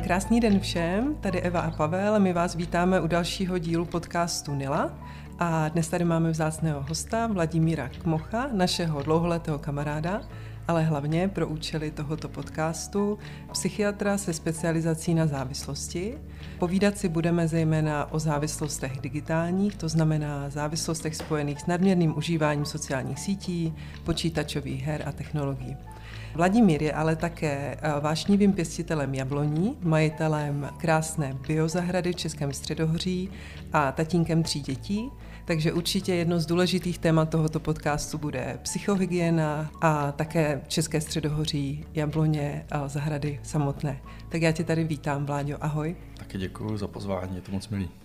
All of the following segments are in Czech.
Krásný den všem, tady Eva a Pavel, my vás vítáme u dalšího dílu podcastu Nila a dnes tady máme vzácného hosta Vladimíra Kmocha, našeho dlouholetého kamaráda, ale hlavně pro účely tohoto podcastu psychiatra se specializací na závislosti. Povídat si budeme zejména o závislostech digitálních, to znamená závislostech spojených s nadměrným užíváním sociálních sítí, počítačových her a technologií. Vladimír je ale také vášnivým pěstitelem jabloní, majitelem krásné biozahrady v Českém Středohoří a tatínkem 3 dětí, takže určitě jedno z důležitých témat tohoto podcastu bude psychohygiena a také České Středohoří, jabloně a zahrady samotné. Tak já tě tady vítám, Vláďo, ahoj. Taky děkuji za pozvání, je to moc milý.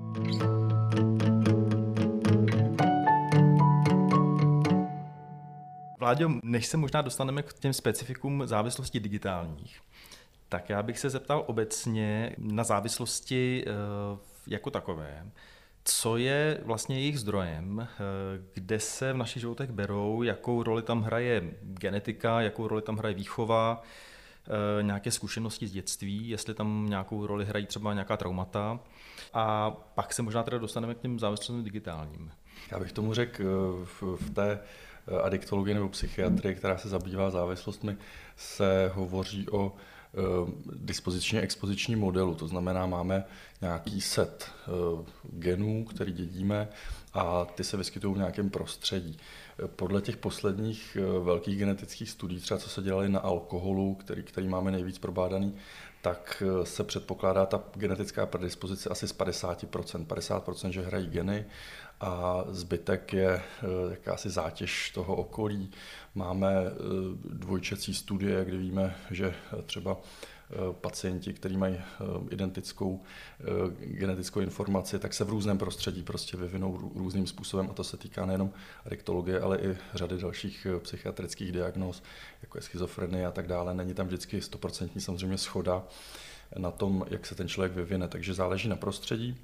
Vláďo, než se možná dostaneme k těm specifikům závislostí digitálních, tak já bych se zeptal obecně na závislosti jako takové. Co je vlastně jejich zdrojem, kde se v našich životech berou, jakou roli tam hraje genetika, jakou roli tam hraje výchova, nějaké zkušenosti z dětství, jestli tam nějakou roli hrají třeba nějaká traumata. A pak se možná teda dostaneme k těm závislostem digitálním. Já bych tomu řekl v té adiktologii nebo psychiatrii, která se zabývá závislostmi, se hovoří o dispozičně expoziční modelu, to znamená, máme nějaký set genů, který dědíme a ty se vyskytují v nějakém prostředí. Podle těch posledních velkých genetických studií, třeba co se dělali na alkoholu, který máme nejvíc probádaný, tak se předpokládá ta genetická predispozice asi z 50%. 50%, že hrají geny a zbytek je jakási zátěž toho okolí. Máme dvojčecí studie, kde víme, že třeba pacienti, kteří mají identickou genetickou informaci, tak se v různém prostředí prostě vyvinou různým způsobem a to se týká nejenom adiktologie, ale i řady dalších psychiatrických diagnóz, jako je schizofrenie a tak dále. Není tam vždycky 100% samozřejmě shoda na tom, jak se ten člověk vyvine, takže záleží na prostředí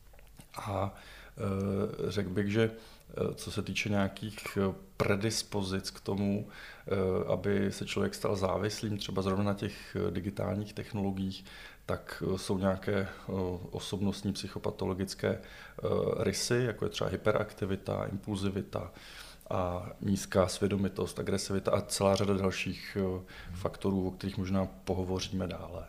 a řekl bych, že co se týče nějakých predispozic k tomu, aby se člověk stal závislým třeba zrovna na těch digitálních technologiích, tak jsou nějaké osobnostní psychopatologické rysy, jako je třeba hyperaktivita, impulzivita a nízká svědomitost, agresivita a celá řada dalších faktorů, o kterých možná pohovoříme dále.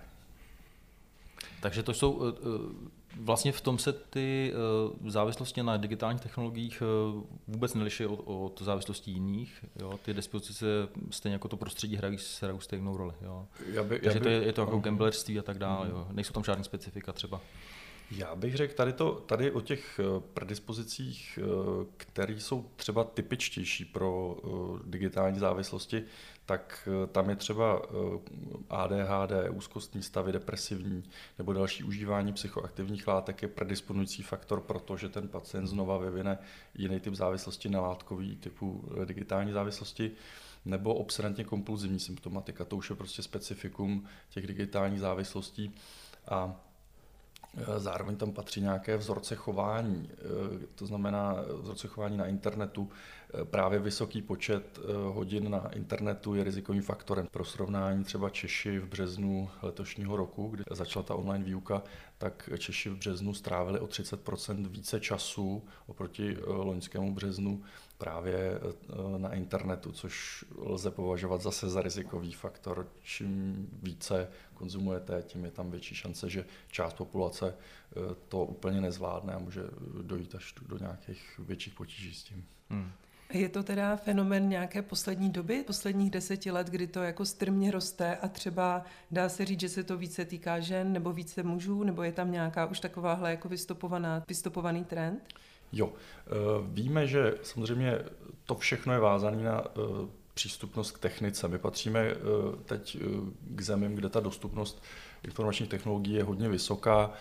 Takže to jsou vlastně v tom se ty závislosti na digitálních technologiích vůbec neliší od závislostí jiných. Jo? Ty dispozice stejně jako to prostředí hrají stejnou roli. Jo? Takže je to jako gamblerství a tak dále. Jo? Nejsou tam žádný specifika třeba. Já bych řekl tady o těch predispozicích, které jsou třeba typičtější pro digitální závislosti, tak tam je třeba ADHD, úzkostní stavy, depresivní nebo další užívání psychoaktivních látek je predisponující faktor, protože ten pacient znova vyvine jiný typ závislosti na látkový typu digitální závislosti nebo obsedantně kompulzivní symptomatika. To už je prostě specifikum těch digitálních závislostí a zároveň tam patří nějaké vzorce chování, to znamená vzorce chování na internetu. Právě vysoký počet hodin na internetu je rizikovým faktorem. Pro srovnání třeba Češi v březnu letošního roku, kdy začala ta online výuka, tak Češi v březnu strávili o 30% více času oproti loňskému březnu právě na internetu, což lze považovat zase za rizikový faktor. Čím více konzumujete, tím je tam větší šance, že část populace to úplně nezvládne a může dojít až do nějakých větších potíží s tím. Je to teda fenomén nějaké poslední doby, posledních 10 let, kdy to jako strmě roste a třeba dá se říct, že se to více týká žen nebo více mužů, nebo je tam nějaká už takováhle jako vystopovaný trend? Jo, víme, že samozřejmě to všechno je vázané na přístupnost k technice. My patříme teď k zemím, kde ta dostupnost informačních technologií je hodně vysoká.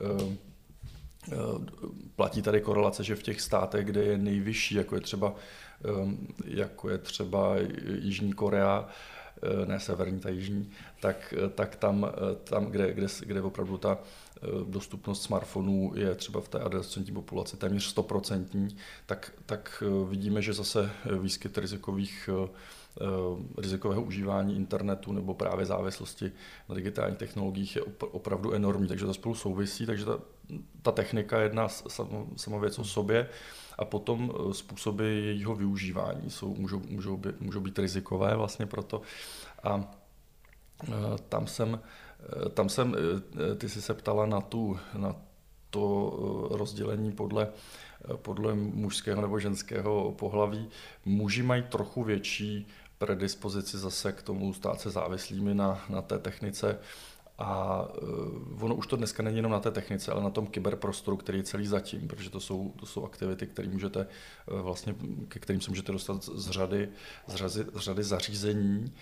Platí tady korelace, že v těch státech, kde je nejvyšší, jako je třeba Jižní Korea, ne severní, ta jižní, tak tam kde opravdu ta dostupnost smartphonů je třeba v té adolescentní populaci téměř 100%, tak vidíme, že zase výskyt rizikového užívání internetu nebo právě závislosti na digitálních technologiích je opravdu enormní, takže to spolu souvisí, takže ta technika je jedna sama věc o sobě a potom způsoby jejího využívání můžou být rizikové vlastně proto. A tam jsem, ty jsi se ptala na to rozdělení podle mužského nebo ženského pohlaví. Muži mají trochu větší predispozici zase k tomu stát se závislými na té technice a ono už to dneska není jenom na té technice, ale na tom kyberprostoru, který je celý zatím, protože to jsou aktivity, ke kterým se můžete dostat z řady zařízení.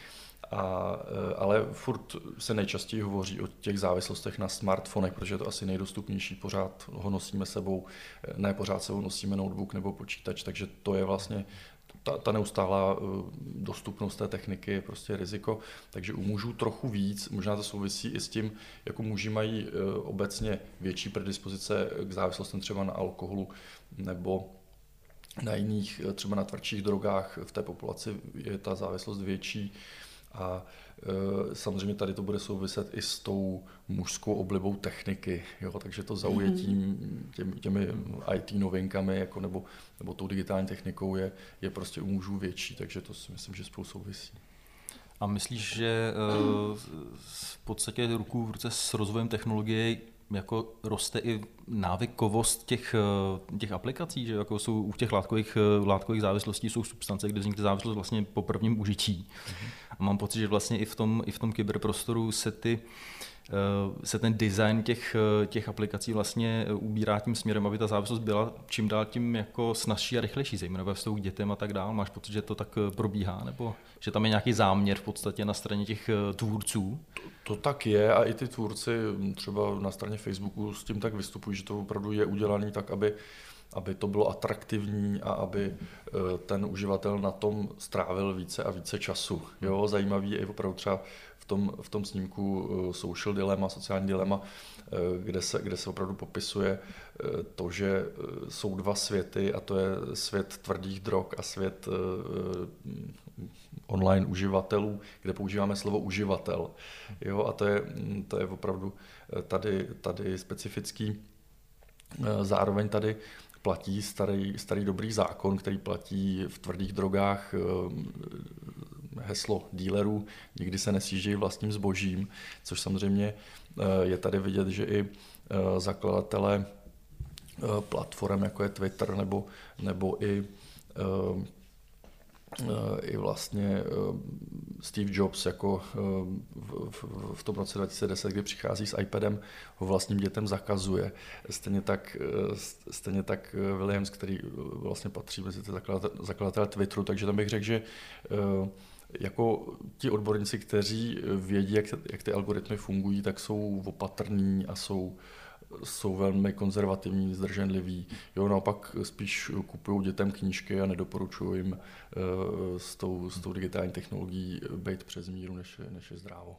Ale furt se nejčastěji hovoří o těch závislostech na smartfonech, protože je to asi nejdostupnější, pořád ho nosíme sebou, ne pořád sebou nosíme notebook nebo počítač, takže to je vlastně ta neustálá dostupnost té techniky je prostě riziko, takže u mužů trochu víc, možná to souvisí i s tím, jako muži mají obecně větší predispozice k závislostem třeba na alkoholu nebo na jiných, třeba na tvrdších drogách, v té populaci je ta závislost větší. A samozřejmě tady to bude souviset i s tou mužskou oblibou techniky, jo? Takže to zaujetím těmi IT novinkami jako nebo tou digitální technikou je prostě u mužů větší, takže to si myslím, že spolu souvisí. A myslíš, že v podstatě ruku v ruce s rozvojem technologie jako roste i návykovost těch aplikací, že jako jsou u těch látkových závislostí jsou substance, kde vznikne závislost vlastně po prvním užití. A mám pocit, že vlastně i v tom kyberprostoru se ten design těch aplikací vlastně ubírá tím směrem, aby ta závislost byla čím dál tím jako snazší a rychlejší, zejména ve vztahu k dětem a tak dál. Máš pocit, že to tak probíhá, nebo že tam je nějaký záměr v podstatě na straně těch tvůrců? To tak je a i ty tvůrci třeba na straně Facebooku s tím tak vystupují, že to opravdu je udělané tak, aby to bylo atraktivní a aby ten uživatel na tom strávil více a více času. Jo, zajímavý je i opravdu třeba v tom snímku social dilema, sociální dilema, kde se opravdu popisuje to, že jsou dva světy a to je svět tvrdých drog a svět online uživatelů, kde používáme slovo uživatel. Jo, a to je opravdu tady specifický. Zároveň tady platí starý dobrý zákon, který platí v tvrdých drogách, heslo dílerů, nikdy se nesjíždějí vlastním zbožím, což samozřejmě je tady vidět, že i zakladatelé platform, jako je Twitter, nebo i vlastně Steve Jobs jako v tom roce 2010, kdy přichází s iPadem, ho vlastním dětem zakazuje. Stejně tak Williams, který vlastně patří mezi ty zakladatele Twitteru, takže tam bych řekl, že jako ti odborníci, kteří vědí, jak ty algoritmy fungují, tak jsou opatrní a jsou velmi konzervativní, zdrženliví. Jo, naopak spíš kupují dětem knížky a nedoporučují jim s tou digitální technologií být přes míru, než je zdrávo.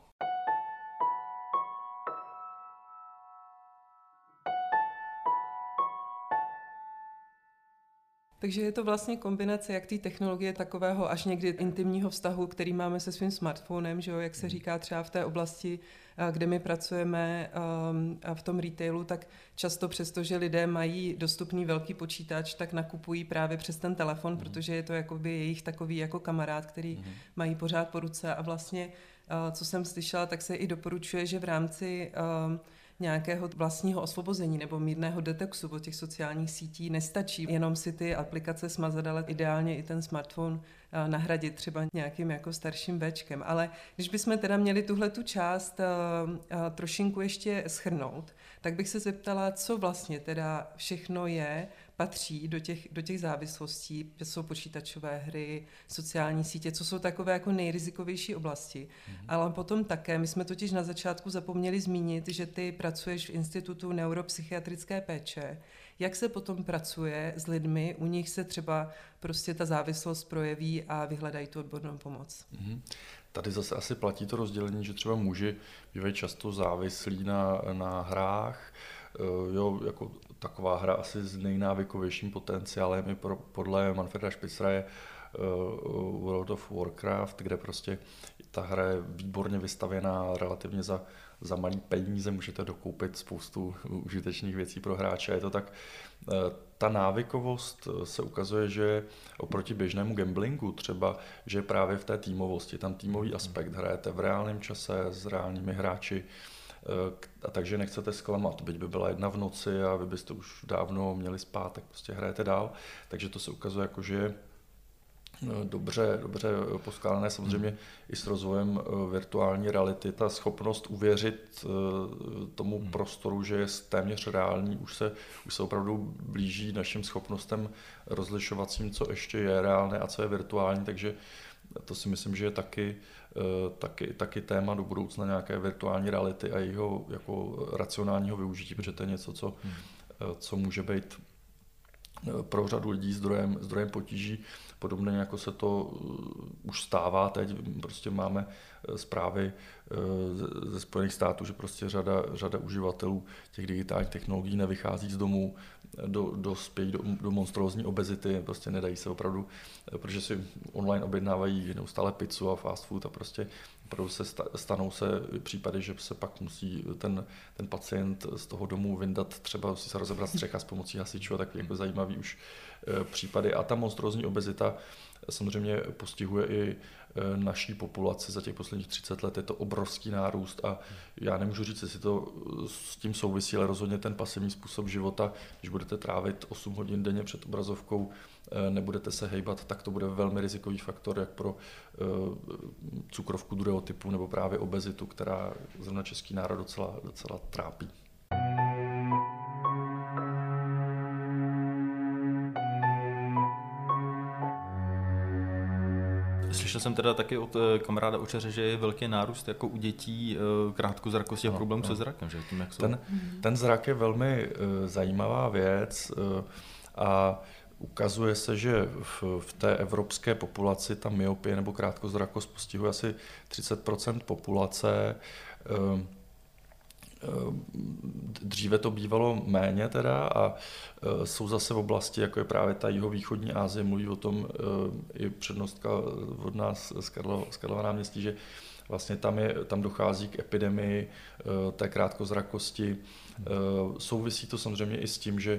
Takže je to vlastně kombinace jak té technologie takového až někdy intimního vztahu, který máme se svým smartphonem, že jo, jak se říká třeba v té oblasti, kde my pracujeme v tom retailu, tak často přesto, že lidé mají dostupný velký počítač, tak nakupují právě přes ten telefon, protože je to jakoby jejich takový jako kamarád, který mají pořád po ruce a vlastně, co jsem slyšela, tak se i doporučuje, že v rámci nějakého vlastního osvobození nebo mírného detoxu od těch sociálních sítí nestačí jenom si ty aplikace smazat, ale ideálně i ten smartphone nahradit třeba nějakým jako starším Bčkem. Ale když bychom teda měli tuhletu část trošinku ještě shrnout, tak bych se zeptala, co vlastně teda všechno patří do těch závislostí, že jsou počítačové hry, sociální sítě, co jsou takové jako nejrizikovější oblasti. Ale potom také, my jsme totiž na začátku zapomněli zmínit, že ty pracuješ v Institutu neuropsychiatrické péče. Jak se potom pracuje s lidmi, u nich se třeba prostě ta závislost projeví a vyhledají tu odbornou pomoc? tady zase asi platí to rozdělení, že třeba muži bývají často závislí na hrách. Jo, jako taková hra asi s nejnávykovějším potenciálem i podle Manfreda Spitzera je World of Warcraft, kde prostě ta hra je výborně vystavěná relativně za malý peníze, můžete dokoupit spoustu užitečných věcí pro hráče. Je to tak, ta návykovost se ukazuje, že oproti běžnému gamblingu třeba, že právě v té týmovosti, tam týmový aspekt, hrajete v reálném čase s reálnými hráči, a takže nechcete zklamat, byť by byla 1 v noci a vy byste už dávno měli spát, tak prostě hrajete dál. Takže to se ukazuje jako, že dobře poskládané, samozřejmě i s rozvojem virtuální reality. Ta schopnost uvěřit tomu prostoru, že je téměř reální, už se opravdu blíží našim schopnostem rozlišovacím, co ještě je reálné a co je virtuální, takže to si myslím, že je taky téma do budoucna nějaké virtuální reality a jeho jako racionálního využití, protože to je něco, co může být pro řadu lidí zdrojem potíží. Podobně jako se to už stává teď, prostě máme zprávy ze Spojených států, že prostě řada uživatelů těch digitálních technologií nevychází z domů, dospějí do monstrózní obezity, prostě nedají se opravdu, protože si online objednávají neustále pizzu a fast food a prostě opravdu stanou se případy, že se pak musí ten pacient z toho domu vyndat, třeba si se rozebrat střecha s pomocí hasičů a tak jako zajímavý už případy. A ta monstrózní obezita samozřejmě postihuje i naší populaci za těch posledních 30 let. Je to obrovský nárůst a já nemůžu říct, jestli to s tím souvisí, ale rozhodně ten pasivní způsob života, když budete trávit 8 hodin denně před obrazovkou, nebudete se hejbat, tak to bude velmi rizikový faktor, jak pro cukrovku druhého typu nebo právě obezitu, která zrovna český národ docela trápí. Slyšel jsem teda taky od kamaráda učaře, že je velký nárůst jako u dětí krátkozrakosti a problémů se zrakem. Že? Tím, jak ten zrak je velmi zajímavá věc a ukazuje se, že v té evropské populaci ta myopie nebo krátkozrakost postihuje asi 30% populace. Dříve to bývalo méně teda a jsou zase v oblasti, jako je právě ta jihovýchodní Asie, mluví o tom i přednostka od nás z Karlova náměstí, že vlastně tam dochází k epidemii té krátkozrakosti. Souvisí to samozřejmě i s tím, že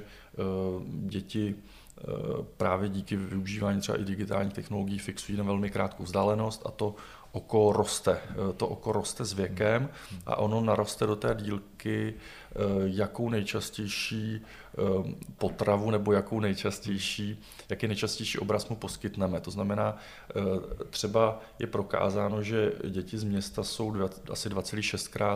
děti právě díky využívání třeba i digitálních technologií fixují na velmi krátkou vzdálenost a to oko roste s věkem a ono naroste do té dílky, jakou nejčastější potravu nebo jaký nejčastější obraz mu poskytneme. To znamená, třeba je prokázáno, že děti z města jsou asi 2,6krát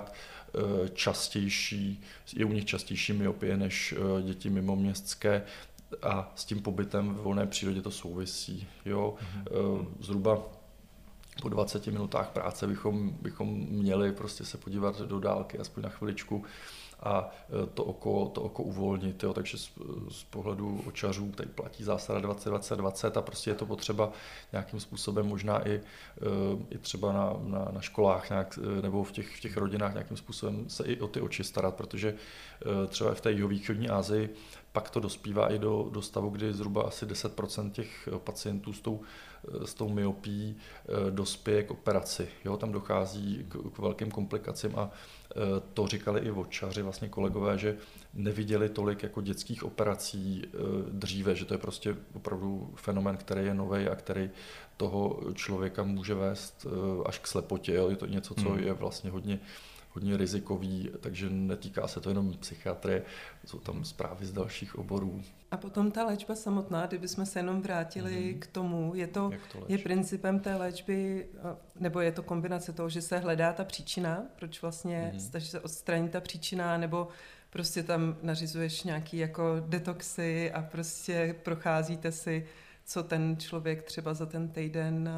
častější, je u nich častější myopie než děti mimoměstské, a s tím pobytem v volné přírodě to souvisí. Jo? Zhruba po 20 minutách práce bychom měli prostě se podívat do dálky aspoň na chviličku a to oko uvolnit. Jo? Takže z pohledu očařů tady platí zásada 20-20-20 a prostě je to potřeba nějakým způsobem možná i třeba na školách nějak, nebo v těch rodinách nějakým způsobem se i o ty oči starat, protože třeba v té jihovýchodní Asii pak to dospívá i do stavu, kdy zhruba asi 10% těch pacientů s tou myopií dospěje k operaci. Jo, tam dochází k velkým komplikacím a to říkali i očaři, vlastně kolegové, že neviděli tolik jako dětských operací dříve, že to je prostě opravdu fenomén, který je nový a který toho člověka může vést až k slepotě. Jo. Je to něco, co je vlastně hodně rizikový, takže netýká se to jenom psychiatrie, jsou tam zprávy z dalších oborů. A potom ta léčba samotná, kdybychom se jenom vrátili k tomu, je principem té léčby, nebo je to kombinace toho, že se hledá ta příčina, proč vlastně snaží se odstranit ta příčina, nebo prostě tam nařizuješ nějaký jako detoxy a prostě procházíte si, co ten člověk třeba za ten týden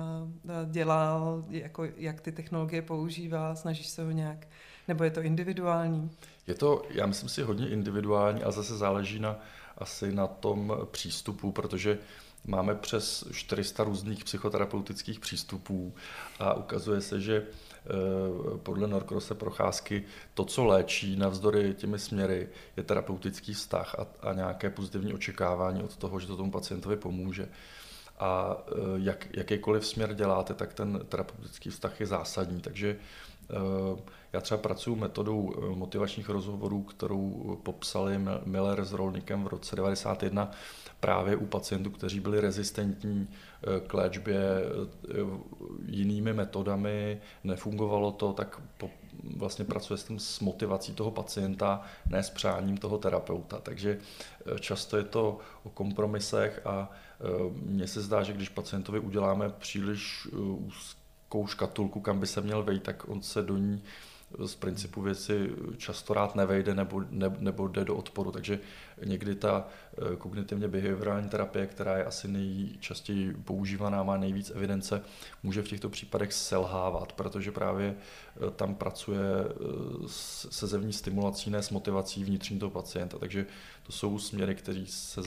dělal, jako jak ty technologie používá, snažíš se ho nějak, nebo je to individuální? Je to, já myslím si, hodně individuální a zase záleží asi na tom přístupu, protože máme přes 400 různých psychoterapeutických přístupů a ukazuje se, že podle Norcrosse Procházky to, co léčí navzdory těmi směry, je terapeutický vztah a nějaké pozitivní očekávání od toho, že to tomu pacientovi pomůže. A jakýkoliv směr děláte, tak ten terapeutický vztah je zásadní. Takže já třeba pracuji metodou motivačních rozhovorů, kterou popsali Miller s Rolnickem v roce 1991 právě u pacientů, kteří byli rezistentní k léčbě jinými metodami, nefungovalo to, tak vlastně pracuje s motivací toho pacienta, ne s přáním toho terapeuta. Takže často je to o kompromisech a mně se zdá, že když pacientovi uděláme příliš úzkou škatulku, kam by se měl vejít, tak on se do ní z principu věci často rád nevejde nebo jde do odporu. Takže někdy ta kognitivně behaviorální terapie, která je asi nejčastěji používaná, má nejvíc evidence, může v těchto případech selhávat, protože právě tam pracuje se zevní stimulací, ne s motivací vnitřní toho pacienta. Takže to jsou směry, které se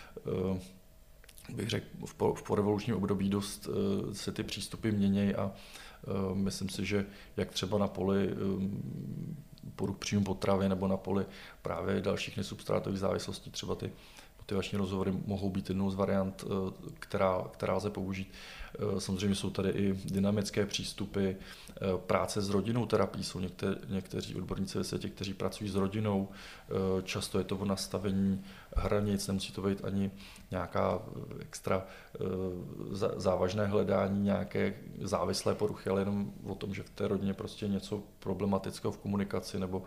bych řekl, v porevolučním období dost se ty přístupy měnějí a myslím si, že jak třeba na poli poruch příjmu potravy nebo na poli právě dalších nesubstrátových závislostí, třeba ty motivační rozhovory mohou být jednou z variant, která lze použít. Samozřejmě jsou tady i dynamické přístupy, práce s rodinnou terapií, jsou někteří odborníci ve světě, kteří pracují s rodinou, často je to o nastavení hranic, nemusí to být ani nějaká extra závažné hledání, nějaké závislé poruchy, ale jenom o tom, že v té rodině prostě něco problematického v komunikaci nebo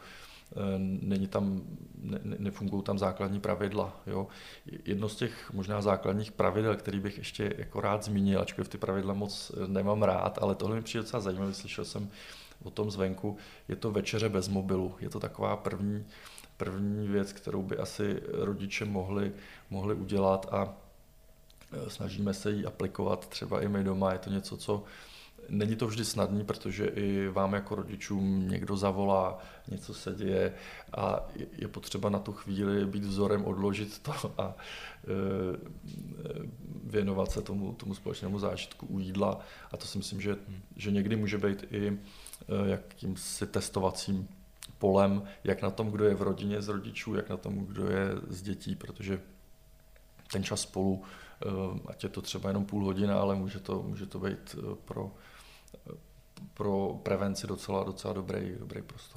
nefungují tam základní pravidla. Jo. Jedno z těch možná základních pravidel, který bych ještě jako rád zmínil, ačkoliv ty pravidla moc nemám rád, ale tohle mi přijde docela zajímavé, slyšel jsem o tom zvenku, je to večeře bez mobilu. Je to taková první věc, kterou by asi rodiče mohli udělat a snažíme se ji aplikovat třeba i my doma. Je to něco, co není to vždy snadný, protože i vám jako rodičům někdo zavolá, něco se děje a je potřeba na tu chvíli být vzorem, odložit to a věnovat se tomu společnému zážitku u jídla. A to si myslím, že někdy může být i jakýmsi testovacím polem, jak na tom, kdo je v rodině z rodičů, jak na tom, kdo je z dětí, protože ten čas spolu, ať je to třeba jenom půl hodina, ale může to být pro prevenci docela dobrý prostor.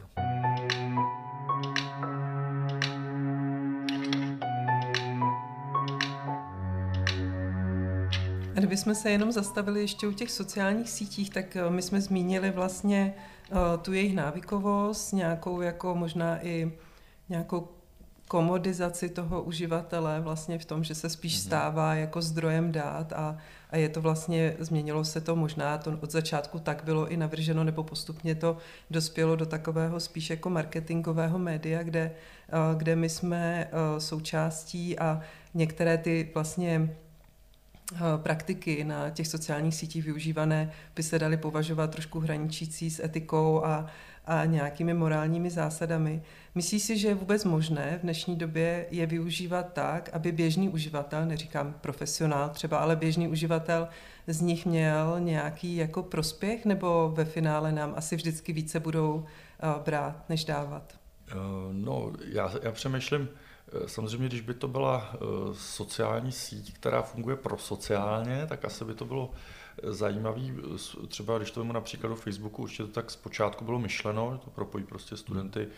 A kdybychom se jenom zastavili ještě u těch sociálních sítích, tak my jsme zmínili vlastně tu jejich návykovost, nějakou jako možná i nějakou komodizaci toho uživatele vlastně v tom, že se spíš stává jako zdrojem dát a je to vlastně, změnilo se to možná, to od začátku tak bylo i navrženo, nebo postupně to dospělo do takového spíš jako marketingového média, kde my jsme součástí a některé ty vlastně praktiky na těch sociálních sítích využívané by se daly považovat trošku hraničící s etikou a nějakými morálními zásadami. Myslíš si, že je vůbec možné v dnešní době je využívat tak, aby běžný uživatel, neříkám profesionál třeba, ale běžný uživatel z nich měl nějaký jako prospěch, nebo ve finále nám asi vždycky více budou brát, než dávat? No, já přemýšlím, samozřejmě, když by to byla sociální síť, která funguje prosociálně, tak asi by to bylo zajímavý. Třeba když to vemu například do Facebooku, určitě to tak zpočátku bylo myšleno, že to propojí prostě studenty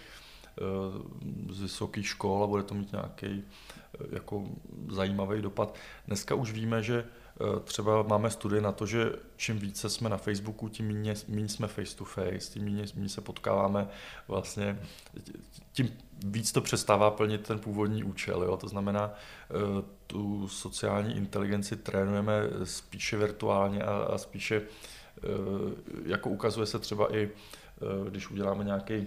z vysokých škol a bude to mít nějaký jako zajímavý dopad. Dneska už víme, že třeba máme studie na to, že čím více jsme na Facebooku, tím méně jsme face to face, tím méně se potkáváme vlastně, tím víc to přestává plnit ten původní účel. Jo? To znamená, tu sociální inteligenci trénujeme spíše virtuálně a spíše, jako ukazuje se třeba i, když uděláme nějaký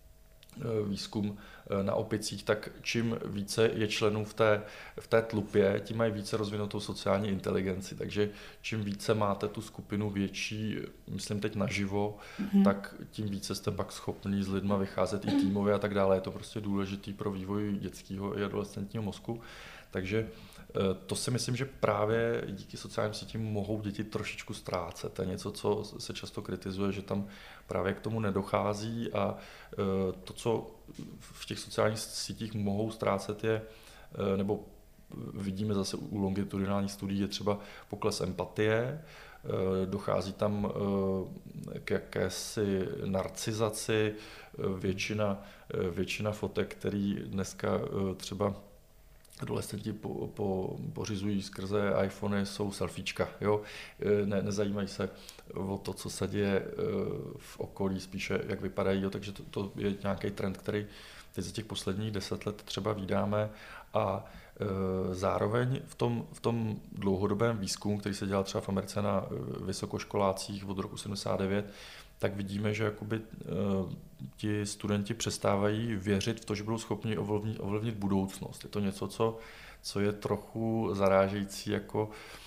výzkum na opicích, tak čím více je členů v té tlupě, tím mají více rozvinutou sociální inteligenci. Takže čím více máte tu skupinu větší, myslím teď naživo, tak tím více jste pak schopní s lidma vycházet i týmově a tak dále. Je to prostě důležitý pro vývoj dětského i adolescentního mozku. Takže to si myslím, že právě díky sociálním sítím mohou děti trošičku ztrácet. To je něco, co se často kritizuje, že tam právě k tomu nedochází a to, co v těch sociálních sítích mohou ztrácet je, nebo vidíme zase u longitudinálních studií, je třeba pokles empatie, dochází tam k jakési narcizaci, většina fotek, který dneska třeba adolescenti pořizují skrze iPhony, jsou selfiečka. Jo? Nezajímají se o to, co se děje v okolí, spíše jak vypadají. Jo? Takže to je nějaký trend, který teď za těch posledních 10 let třeba vídáme. A zároveň v tom dlouhodobém výzkumu, který se dělal třeba v Americe na vysokoškolácích od roku 79, tak vidíme, že jakoby ti studenti přestávají věřit v to, že budou schopni ovlivnit budoucnost. Je to něco, co je trochu zarážející jako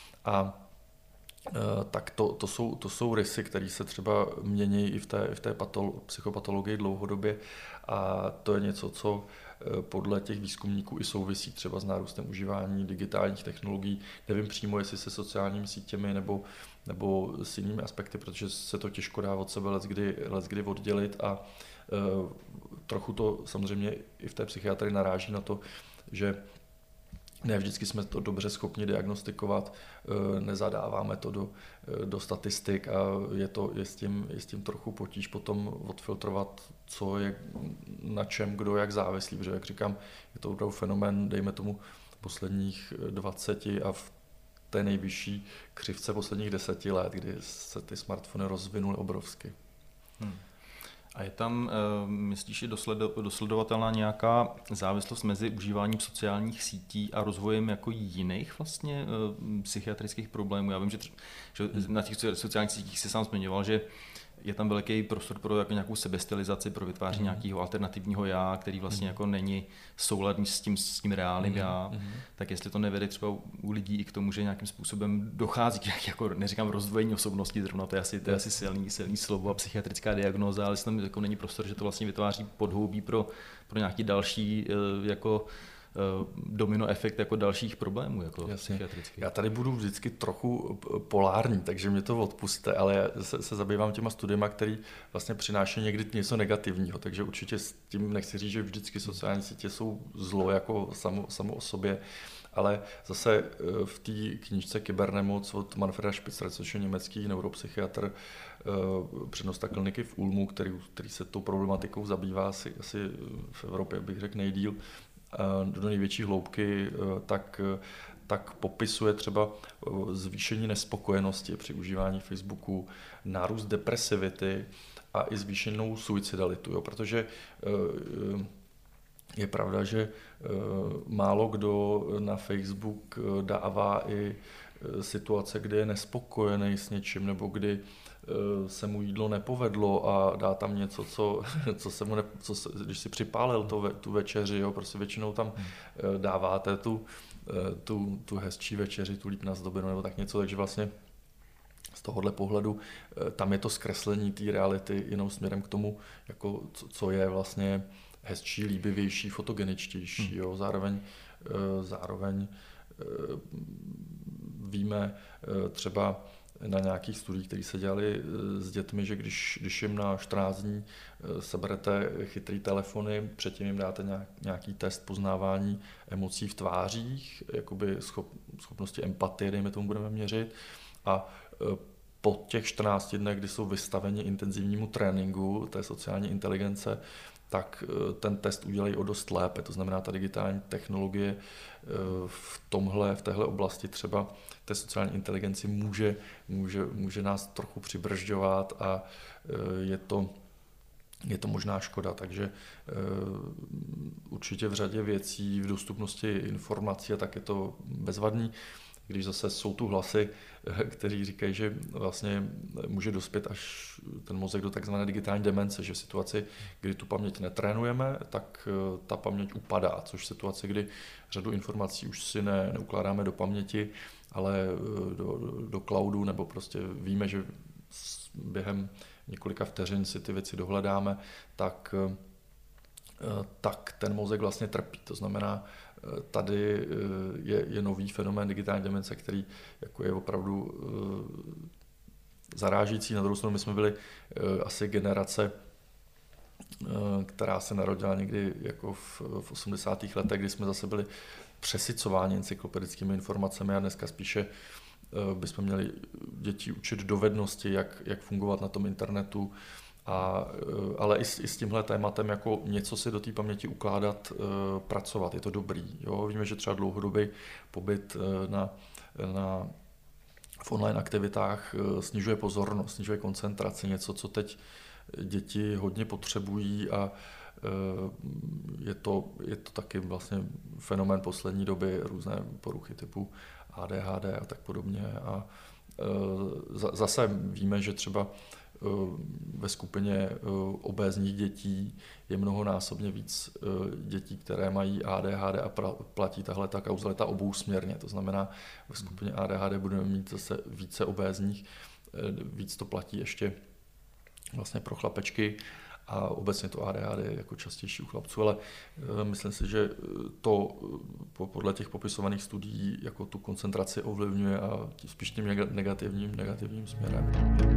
tak to jsou rysy, které se třeba mění i v té psychopatologii dlouhodobě a to je něco, co podle těch výzkumníků i souvisí třeba s nárůstem užívání digitálních technologií. Nevím přímo, jestli se sociálními sítěmi nebo s jinými aspekty, protože se to těžko dá od sebe leckdy oddělit a trochu to samozřejmě i v té psychiatrii naráží na to, že ne vždycky jsme to dobře schopni diagnostikovat, nezadáváme to do statistik a je s tím trochu potíž potom odfiltrovat, co je na čem, kdo jak závislý, protože jak říkám, je to opravdu fenomén, dejme tomu posledních 20 a v té nejvyšší křivce posledních 10 let, kdy se ty smartfony rozvinuly obrovsky. A je tam, myslíš, i dosledovatelná nějaká závislost mezi užíváním sociálních sítí a rozvojem jako jiných vlastně psychiatrických problémů? Já vím, že na těch sociálních sítích se sám zmiňoval, že je tam velký prostor pro jako nějakou sebestylizaci, pro vytváření nějakého alternativního já, který vlastně jako není souladný s tím reálným já. Tak jestli to nevede třeba u lidí i k tomu, že nějakým způsobem dochází k jako neříkám rozdvojení osobnosti, zrovna to je asi silný slovo a psychiatrická diagnóza, ale jestli tam jako není prostor, že to vlastně vytváří podhoubí pro nějaký další jako domino efekt jako dalších problémů jako psychiatrických. Já tady budu vždycky trochu polární, takže mě to odpuste, ale já se zabývám těma studiema, který vlastně přináší někdy něco negativního, takže určitě s tím nechci říct, že vždycky sociální sítě jsou zlo jako samo o sobě, ale zase v té knížce Kybernemoc od Manfreda Spitzera, což je německý neuropsychiatr, přednosta kliniky v Ulmu, který se tou problematikou zabývá asi v Evropě, bych řekl nejdýl, do největší hloubky, tak popisuje třeba zvýšení nespokojenosti při užívání Facebooku, nárůst depresivity a i zvýšenou suicidalitu, jo, protože je pravda, že málo kdo na Facebook dává i situace, kdy je nespokojený s něčím nebo kdy se mu jídlo nepovedlo a dá tam něco, když si připálil tu večeři, jo, prostě většinou tam dáváte tu hezčí večeři, tu líp nazdobenou nebo tak něco, takže vlastně z tohohle pohledu tam je to zkreslení té reality jenom směrem k tomu, jako co je vlastně hezčí, líbivější, fotogeničtější. Jo. Zároveň víme třeba na nějakých studiích, které se dělaly s dětmi, že když jim na 14 dní seberete chytrý telefony, předtím jim dáte nějaký test poznávání emocí v tvářích, jakoby schopnosti empatie, dejme tomu, budeme měřit, a po těch 14 dnech, kdy jsou vystaveni intenzivnímu tréninku té sociální inteligence, tak ten test udělají o dost lépe. To znamená, ta digitální technologie v téhle oblasti třeba té sociální inteligenci může nás trochu přibržďovat a je to možná škoda. Takže určitě v řadě věcí, v dostupnosti informací a tak je to bezvadný. Když zase jsou tu hlasy, kteří říkají, že vlastně může dospět až ten mozek do takzvané digitální demence, že v situaci, kdy tu paměť netrénujeme, tak ta paměť upadá, což v situaci, kdy řadu informací už si neukládáme do paměti, ale do cloudu, nebo prostě víme, že během několika vteřin si ty věci dohledáme, tak ten mozek vlastně trpí. To znamená, tady je nový fenomén digitální demence, který jako je opravdu zarážící. Na druhou stranu my jsme byli asi generace, která se narodila někdy jako v 80. letech, kdy jsme zase byli přesycováni encyklopedickými informacemi a dneska spíše bychom měli děti učit dovednosti, jak fungovat na tom internetu, ale i s tímhle tématem jako něco si do té paměti ukládat, pracovat, je to dobrý. Jo? Víme, že třeba dlouhodobý pobyt v online aktivitách snižuje pozornost, snižuje koncentraci, něco, co teď děti hodně potřebují a je to taky vlastně fenomén poslední doby, různé poruchy typu ADHD a tak podobně. A zase víme, že třeba ve skupině obézních dětí je mnohonásobně víc dětí, které mají ADHD a platí tahle ta kauzalita obousměrně. To znamená, ve skupině ADHD budeme mít zase více obézních, víc to platí ještě vlastně pro chlapečky a obecně to ADHD je jako častější u chlapců, ale myslím si, že to podle těch popisovaných studií jako tu koncentraci ovlivňuje a spíš tím negativním směrem.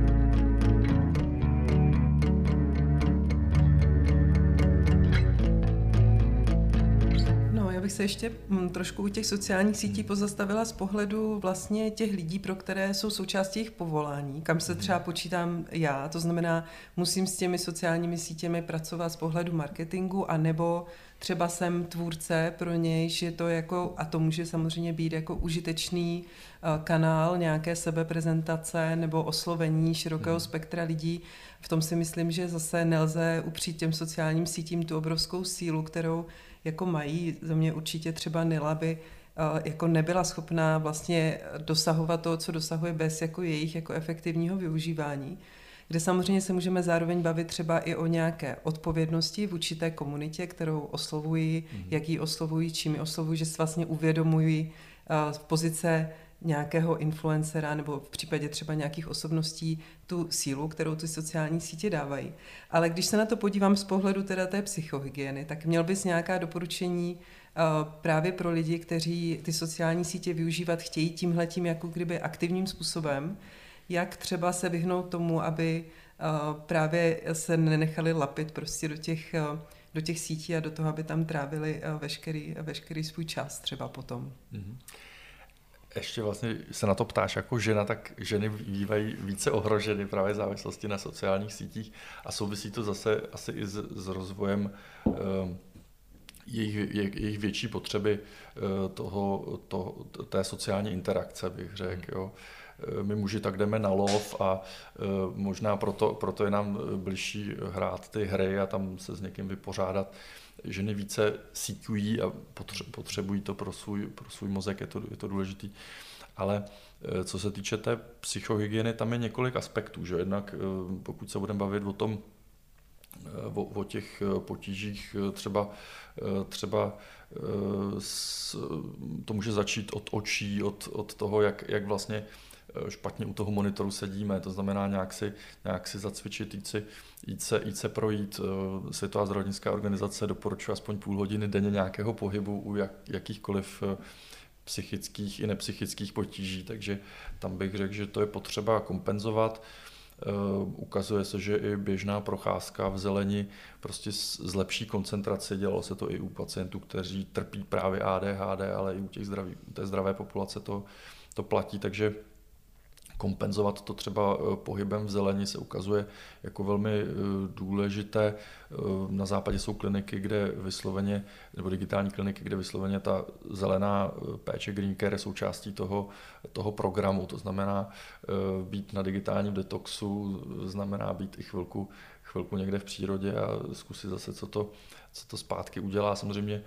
Já bych se ještě trošku u těch sociálních sítí pozastavila z pohledu vlastně těch lidí, pro které jsou součástí jejich povolání, kam se třeba počítám já, to znamená, musím s těmi sociálními sítěmi pracovat z pohledu marketingu, anebo třeba jsem tvůrce pro něj, že to jako, a to může samozřejmě být jako užitečný kanál nějaké sebeprezentace nebo oslovení širokého spektra lidí. V tom si myslím, že zase nelze upřít těm sociálním sítím tu obrovskou sílu, kterou jako mají. Za mě určitě třeba Nila by jako nebyla schopná vlastně dosahovat to, co dosahuje bez jako jejich jako efektivního využívání. Kde samozřejmě se můžeme zároveň bavit třeba i o nějaké odpovědnosti vůči té komunitě, kterou oslovují, jak ji oslovují, čím ji oslovují, že si vlastně uvědomují v pozice nějakého influencera nebo v případě třeba nějakých osobností tu sílu, kterou ty sociální sítě dávají. Ale když se na to podívám z pohledu teda té psychohygieny, tak měl bys nějaká doporučení právě pro lidi, kteří ty sociální sítě využívat chtějí tímhletím jako kdyby aktivním způsobem, jak třeba se vyhnout tomu, aby právě se nenechali lapit prostě do těch sítí a do toho, aby tam trávili veškerý svůj čas třeba potom. Ještě vlastně se na to ptáš jako žena, tak ženy bývají více ohroženy právě závislosti na sociálních sítích a souvisí to zase asi i s rozvojem jejich větší potřeby té sociální interakce, bych řekl. Jo. My muži tak jdeme na lov a možná proto je nám bližší hrát ty hry a tam se s někým vypořádat. Ženy více síťují a potřebují to pro svůj mozek, je to důležitý. Ale co se týče té psychohygieny, tam je několik aspektů. Že? Jednak pokud se budeme bavit o těch potížích, třeba to může začít od očí, od toho, jak vlastně špatně u toho monitoru sedíme, to znamená nějak si zacvičit, jít se projít. Světová zdravotnická organizace doporučuje aspoň půl hodiny denně nějakého pohybu u jakýchkoliv psychických i nepsychických potíží, takže tam bych řekl, že to je potřeba kompenzovat. Ukazuje se, že i běžná procházka v zeleni prostě zlepší koncentraci, dělalo se to i u pacientů, kteří trpí právě ADHD, ale i u té zdravé populace to platí, takže kompenzovat to třeba pohybem v zeleni se ukazuje jako velmi důležité. Na západě jsou kliniky, kde vysloveně, nebo digitální kliniky, kde vysloveně ta zelená péče Green Care je součástí toho programu. To znamená být na digitálním detoxu, znamená být i chvilku někde v přírodě a zkusit zase, co to zpátky udělá. Samozřejmě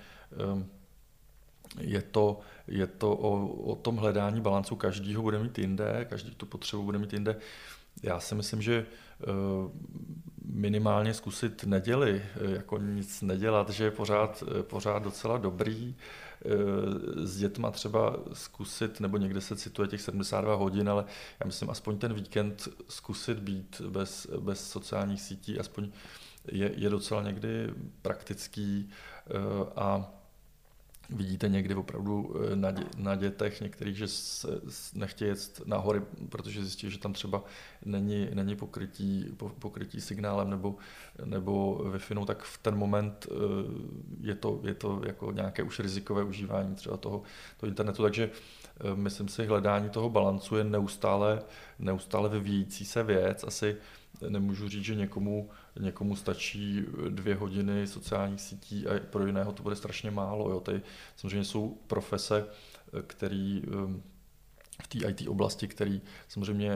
je to o tom hledání balancu, každý ho bude mít jinde, každý tu potřebu bude mít jinde. Já si myslím, že minimálně zkusit neděli, jako nic nedělat, že je pořád docela dobrý. S dětma třeba zkusit, nebo někde se cituje těch 72 hodin, ale já myslím aspoň ten víkend zkusit být bez sociálních sítí, aspoň je docela někdy praktický a vidíte někdy opravdu na dětech některých, že se nechtějí jet na hory, protože zjistí, že tam třeba není pokrytí signálem nebo Wi-Fi, tak v ten moment je to jako nějaké už rizikové užívání třeba toho internetu. Takže myslím si, hledání toho balancu je neustále vyvíjící se věc. Asi nemůžu říct, že někomu stačí 2 hodiny sociálních sítí a pro jiného to bude strašně málo. Jo. Tady samozřejmě jsou profese, který v té IT oblasti, který samozřejmě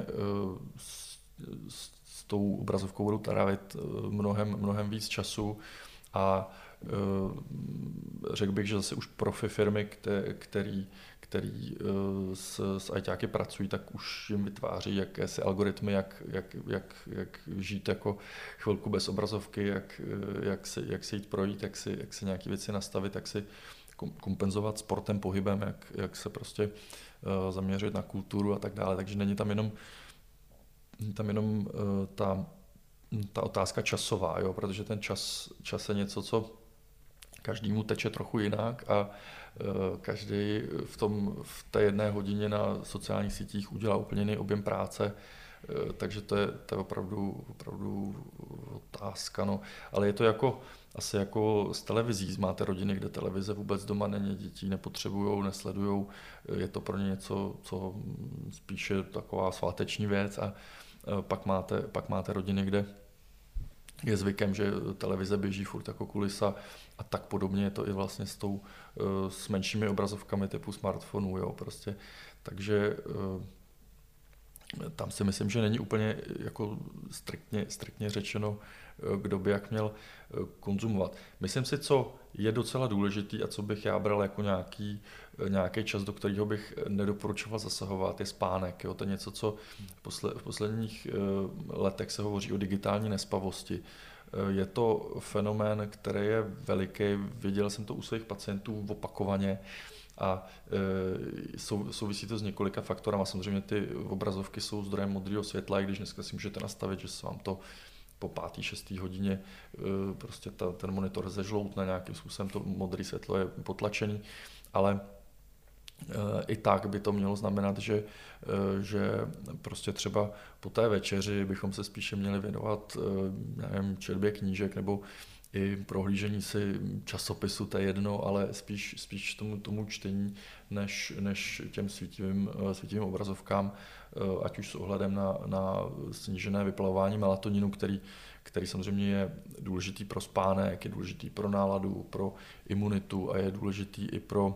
s tou obrazovkou budou trávit mnohem víc času a řekl bych, že zase už profi firmy, který s ITáky pracují, tak už jim vytváří jakési algoritmy, jak žít jako chvilku bez obrazovky, jak se jít projít, jak si nějaké věci nastavit, jak si kompenzovat sportem, pohybem, jak se prostě zaměřit na kulturu a tak dále. Takže není tam jenom ta otázka časová, jo? Protože ten čas je něco, co každému teče trochu jinak a každý v té 1 hodině na sociálních sítích udělá úplně jiný objem práce, takže to je opravdu otázka. No. Ale je to asi jako s televizí. Máte rodiny, kde televize vůbec doma není, děti nepotřebujou, nesledujou. Je to pro ně něco, co spíše taková sváteční věc a pak máte rodiny, kde je zvykem, že televize běží furt jako kulisa a tak podobně je to i vlastně s menšími obrazovkami typu smartphonů, jo, prostě. Takže tam si myslím, že není úplně jako striktně řečeno, kdo by jak měl konzumovat. Myslím si, co je docela důležitý a co bych já bral jako nějaký čas, do kterého bych nedoporučoval zasahovat, je spánek. Jo? To je něco, co v posledních letech se hovoří o digitální nespavosti. Je to fenomén, který je veliký, viděl jsem to u svých pacientů opakovaně a souvisí to s několika faktorama. Samozřejmě ty obrazovky jsou zdrojem modrého světla, i když dneska si můžete nastavit, že se vám to po 5. 6. hodině prostě ten monitor zežloutne nějakým způsobem, to modré světlo je potlačený, ale i tak by to mělo znamenat, že prostě třeba po té večeři bychom se spíše měli věnovat četbě knížek nebo i prohlížení si časopisu, to je jedno, ale spíš tomu čtení, než těm svítivým obrazovkám, ať už s ohledem na snížené vyplavování melatoninu, který samozřejmě je důležitý pro spánek, je důležitý pro náladu, pro imunitu a je důležitý i pro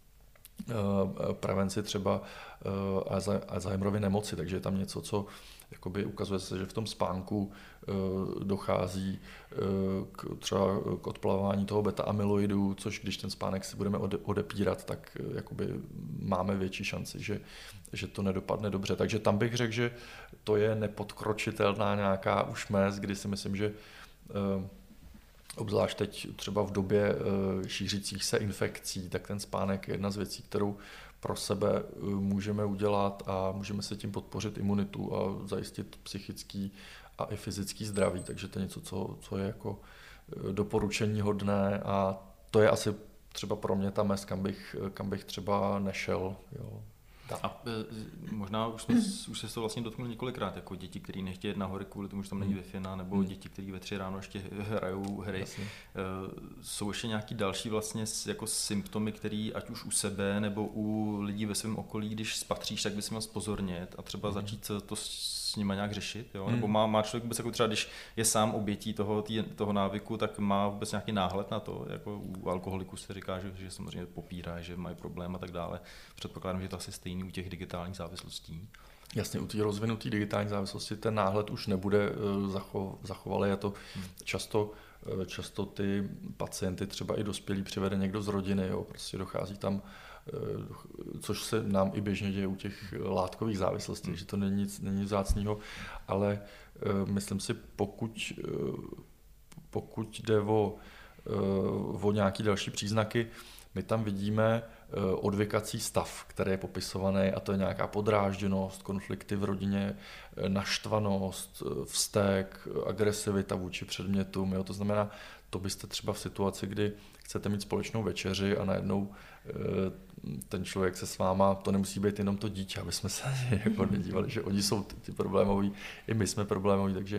prevenci třeba Alzheimerovy nemoci, takže je tam něco, co jakoby ukazuje se, že v tom spánku dochází třeba k odplavování toho beta-amyloidu, což když ten spánek si budeme odepírat, tak jakoby máme větší šanci, že to nedopadne dobře. Takže tam bych řekl, že to je nepodkročitelná nějaká už mez, kdy si myslím, že obzvlášť teď třeba v době šířících se infekcí, tak ten spánek je jedna z věcí, kterou pro sebe můžeme udělat a můžeme se tím podpořit imunitu a zajistit psychický a i fyzický zdraví. Takže to je něco, co je jako doporučení hodné a to je asi třeba pro mě ta mez, kam bych třeba nešel. Jo. A možná už se to vlastně dotknul několikrát, jako děti, které nechtějí jít na hory kvůli tomu, že tam není Wi-Fi, nebo děti, které ve 3 ráno ještě hrajou hry. Jasně. Jsou ještě nějaký další vlastně jako symptomy, které ať už u sebe nebo u lidí ve svém okolí, když spatříš, tak bys měl zpozornět a třeba začít to s nima nějak řešit, jo? Nebo má člověk vůbec jako třeba, když je sám obětí toho návyku, tak má vůbec nějaký náhled na to, jako u alkoholiků se říká, že samozřejmě popírá, že mají problém a tak dále. Předpokládám, že to asi stejný u těch digitálních závislostí. Jasně, u té rozvinuté digitální závislosti ten náhled už nebude zachovalý. Je to často ty pacienty, třeba i dospělí, přivede někdo z rodiny, jo, prostě dochází tam, což se nám i běžně děje u těch látkových závislostí, že to není nic vzácného, ale myslím si, pokud jde o nějaké další příznaky, my tam vidíme odvykací stav, který je popisovaný, a to je nějaká podrážděnost, konflikty v rodině, naštvanost, vztek, agresivita vůči předmětům. Jo? To znamená, to byste třeba v situaci, kdy chcete mít společnou večeři a najednou ten člověk se s váma, to nemusí být jenom to dítě, aby jsme se jako nedívali, že oni jsou ty problémoví, i my jsme problémoví, takže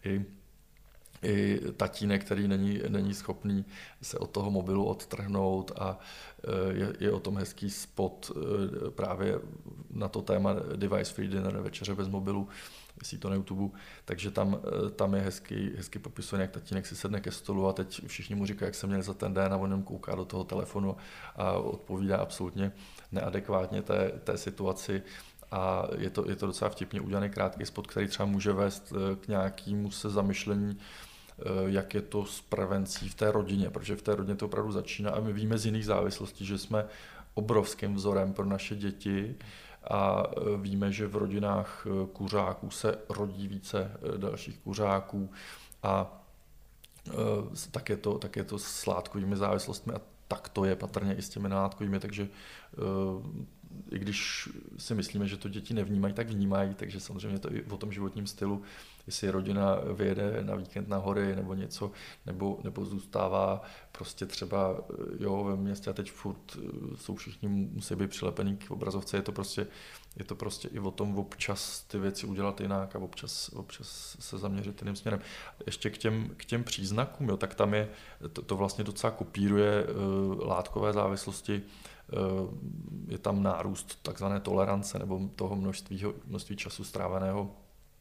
i tatínek, který není schopný se od toho mobilu odtrhnout, a je o tom hezký spot právě na to téma Device Free Dinner, večeře bez mobilu, jestli to na YouTube, takže tam je hezky popisovaný, jak tatínek si sedne ke stolu a teď všichni mu říkají, jak se měli za ten den, a on jenom kouká do toho telefonu a odpovídá absolutně neadekvátně té situaci. A je to docela vtipně udělaný krátký spot, který třeba může vést k nějakému se zamyšlení, jak je to s prevencí v té rodině, protože v té rodině to opravdu začíná a my víme z jiných závislostí, že jsme obrovským vzorem pro naše děti a víme, že v rodinách kuřáků se rodí více dalších kuřáků a tak je to s látkovými závislostmi a tak to je patrně i s těmi nelátkovými, takže i když si myslíme, že to děti nevnímají, tak vnímají, takže samozřejmě to i o tom životním stylu, jestli rodina vyjede na víkend na hory nebo něco, nebo zůstává prostě třeba ve městě a teď furt jsou všichni musí být přilepený k obrazovce, je to prostě i o tom občas ty věci udělat jinak a občas se zaměřit jiným směrem. Ještě k těm příznakům, tak tam je, to vlastně docela kopíruje látkové závislosti, je tam nárůst takzvané tolerance nebo toho množství času stráveného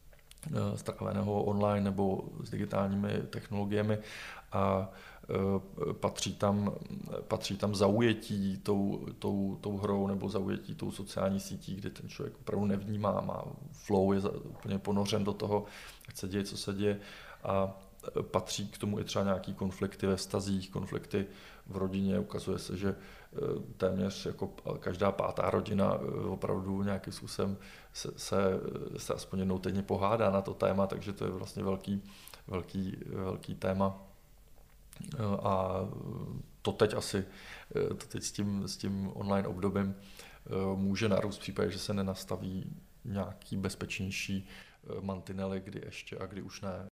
online nebo s digitálními technologiemi a patří tam zaujetí tou hrou nebo zaujetí tou sociální sítí, kdy ten člověk opravdu nevnímá, má flow, je úplně ponořen do toho, ať se děje, co se děje, a patří k tomu i třeba nějaký konflikty ve vztazích, konflikty v rodině. Ukazuje se, že téměř jako každá pátá rodina opravdu nějakým způsobem se aspoň jednou týdně pohádá na to téma, takže to je vlastně velký téma. A to teď s tím online obdobím může narůst v případě, že se nenastaví nějaký bezpečnější mantinely, kdy ještě a kdy už ne.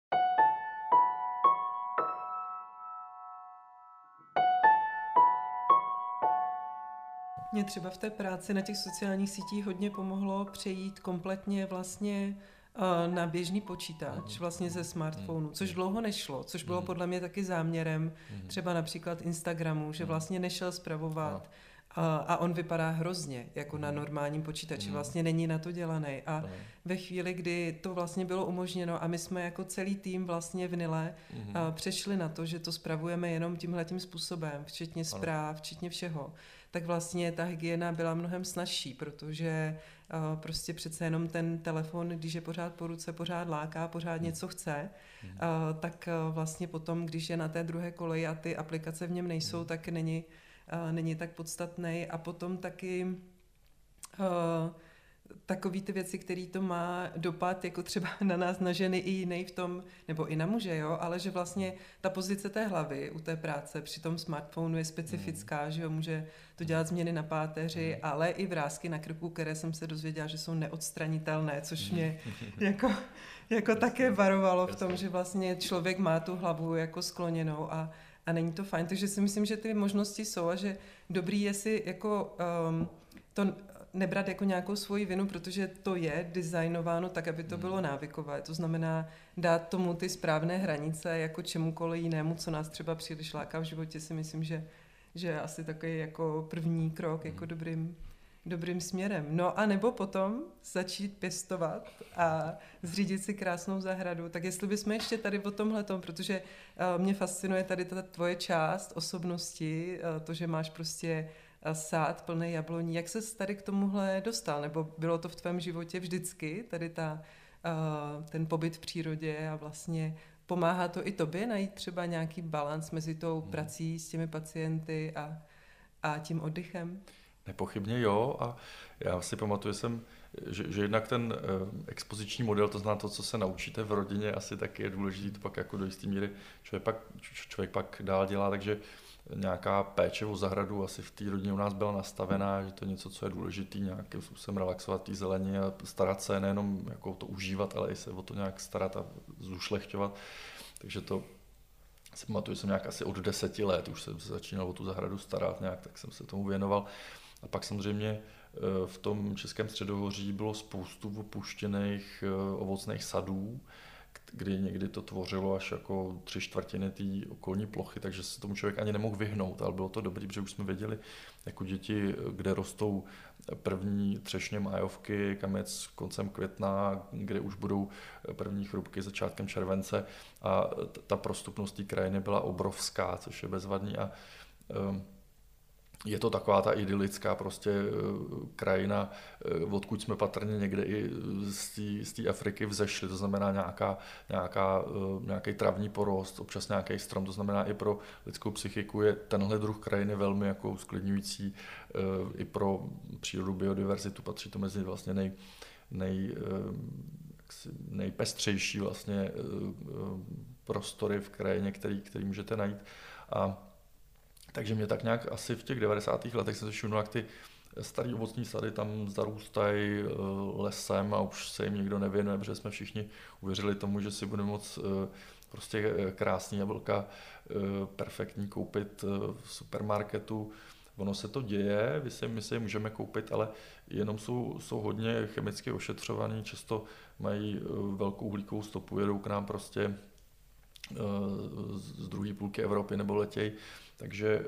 Mě třeba v té práci na těch sociálních sítích hodně pomohlo přejít kompletně vlastně na běžný počítač, vlastně ze smartphonu, což dlouho nešlo, což bylo podle mě taky záměrem třeba například Instagramu, že vlastně nešel spravovat a on vypadá hrozně, jako na normálním počítači, vlastně není na to dělaný. A ve chvíli, kdy to vlastně bylo umožněno a my jsme jako celý tým vlastně v Nile přešli na to, že to spravujeme jenom tímhletím způsobem, včetně zpráv, včetně všeho, tak vlastně ta hygiena byla mnohem snazší, protože prostě přece jenom ten telefon, když je pořád po ruce, pořád láká, pořád něco chce, tak vlastně potom, když je na té druhé koleji a ty aplikace v něm nejsou, tak není tak podstatný. A potom taky takový ty věci, který to má dopad, jako třeba na nás, na ženy i jiný v tom, nebo i na muže, ale že vlastně ta pozice té hlavy u té práce při tom smartphonu je specifická, že může to dělat změny na páteři, ale i vrásky na krku, které jsem se dozvěděla, že jsou neodstranitelné, což mě jako také varovalo v tom, že vlastně člověk má tu hlavu jako skloněnou a není to fajn. Takže si myslím, že ty možnosti jsou a že dobrý je si jako to nebrat jako nějakou svoji vinu, protože to je designováno tak, aby to bylo návykové. To znamená dát tomu ty správné hranice jako čemukoliv jinému, co nás třeba příliš láká v životě, si myslím, že je asi takový jako první krok jako dobrým směrem. No a nebo potom začít pěstovat a zřídit si krásnou zahradu. Tak jestli bychom ještě tady o tomhletom, protože mě fascinuje tady ta tvoje část osobnosti, to, že máš prostě sád plný jabloní. Jak ses tady k tomuhle dostal? Nebo bylo to v tvém životě vždycky, tady ten pobyt v přírodě a vlastně pomáhá to i tobě najít třeba nějaký balans mezi tou prací s těmi pacienty a tím oddechem? Nepochybně jo, a já si pamatuju, jsem že jednak ten expoziční model, to znamená to, co se naučíte v rodině, asi taky je důležité, to pak jako do jisté míry člověk pak dál dělá, takže nějaká péče o zahradu asi v té rodině u nás byla nastavená, že to je něco, co je důležité, nějakým způsobem relaxovat té zeleně a starat se, nejenom jako to užívat, ale i se o to nějak starat a zušlechťovat. Takže to si pamatuju, že jsem nějak asi od 10 let už jsem se začínal o tu zahradu starat nějak, tak jsem se tomu věnoval. A pak samozřejmě v tom Českém středohoří bylo spoustu opuštěných ovocných sadů, kdy někdy to tvořilo až jako 3/4 té okolní plochy, takže se tomu člověk ani nemohl vyhnout, ale bylo to dobrý, protože už jsme věděli jako děti, kde rostou první třešně májovky, kam je koncem května, kde už budou první chrupky začátkem července a ta prostupnost té krajiny byla obrovská, což je bezvadný a je to taková ta idylická prostě krajina, odkud jsme patrně někde i z té Afriky vzešli, to znamená nějaký travní porost, občas nějaký strom, to znamená i pro lidskou psychiku je tenhle druh krajiny velmi jako usklidňující, i pro přírodu, biodiverzitu, patří to mezi vlastně nejpestřejší vlastně prostory v krajině, který můžete najít. Takže mě tak nějak asi v těch 90. letech se všimnul, jak ty starý ovocní sady tam zarůstají lesem a už se jim nikdo nevěnuje, protože jsme všichni uvěřili tomu, že si budeme moct prostě krásný jablka perfektní koupit v supermarketu. Ono se to děje, my si je můžeme koupit, ale jenom jsou hodně chemicky ošetřovaný, často mají velkou uhlíkovou stopu, jedou k nám prostě z druhé půlky Evropy nebo letěj. Takže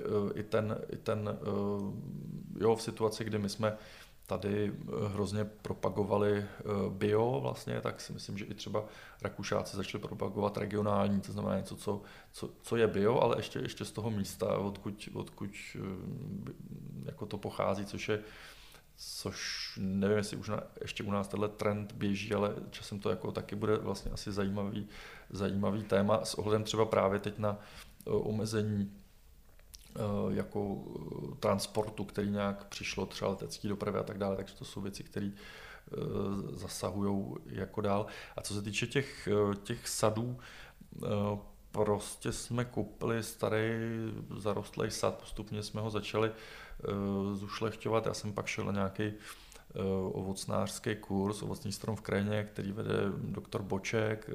v situaci, kdy my jsme tady hrozně propagovali bio vlastně, tak si myslím, že i třeba Rakušáci začali propagovat regionální, to znamená něco, co je bio, ale ještě z toho místa, odkud jako to pochází, což nevím, jestli už ještě u nás tenhle trend běží, ale časem to jako taky bude vlastně asi zajímavý téma s ohledem třeba právě teď na omezení jako transportu, který nějak přišlo, třeba letecké dopravy a tak dále, takže to jsou věci, které zasahují jako dál. A co se týče těch sadů, prostě jsme koupili starý zarostlý sad, postupně jsme ho začali zušlechťovat. Já jsem pak šel na nějaký ovocnářský kurz, ovocný strom v krajině, který vede doktor Boček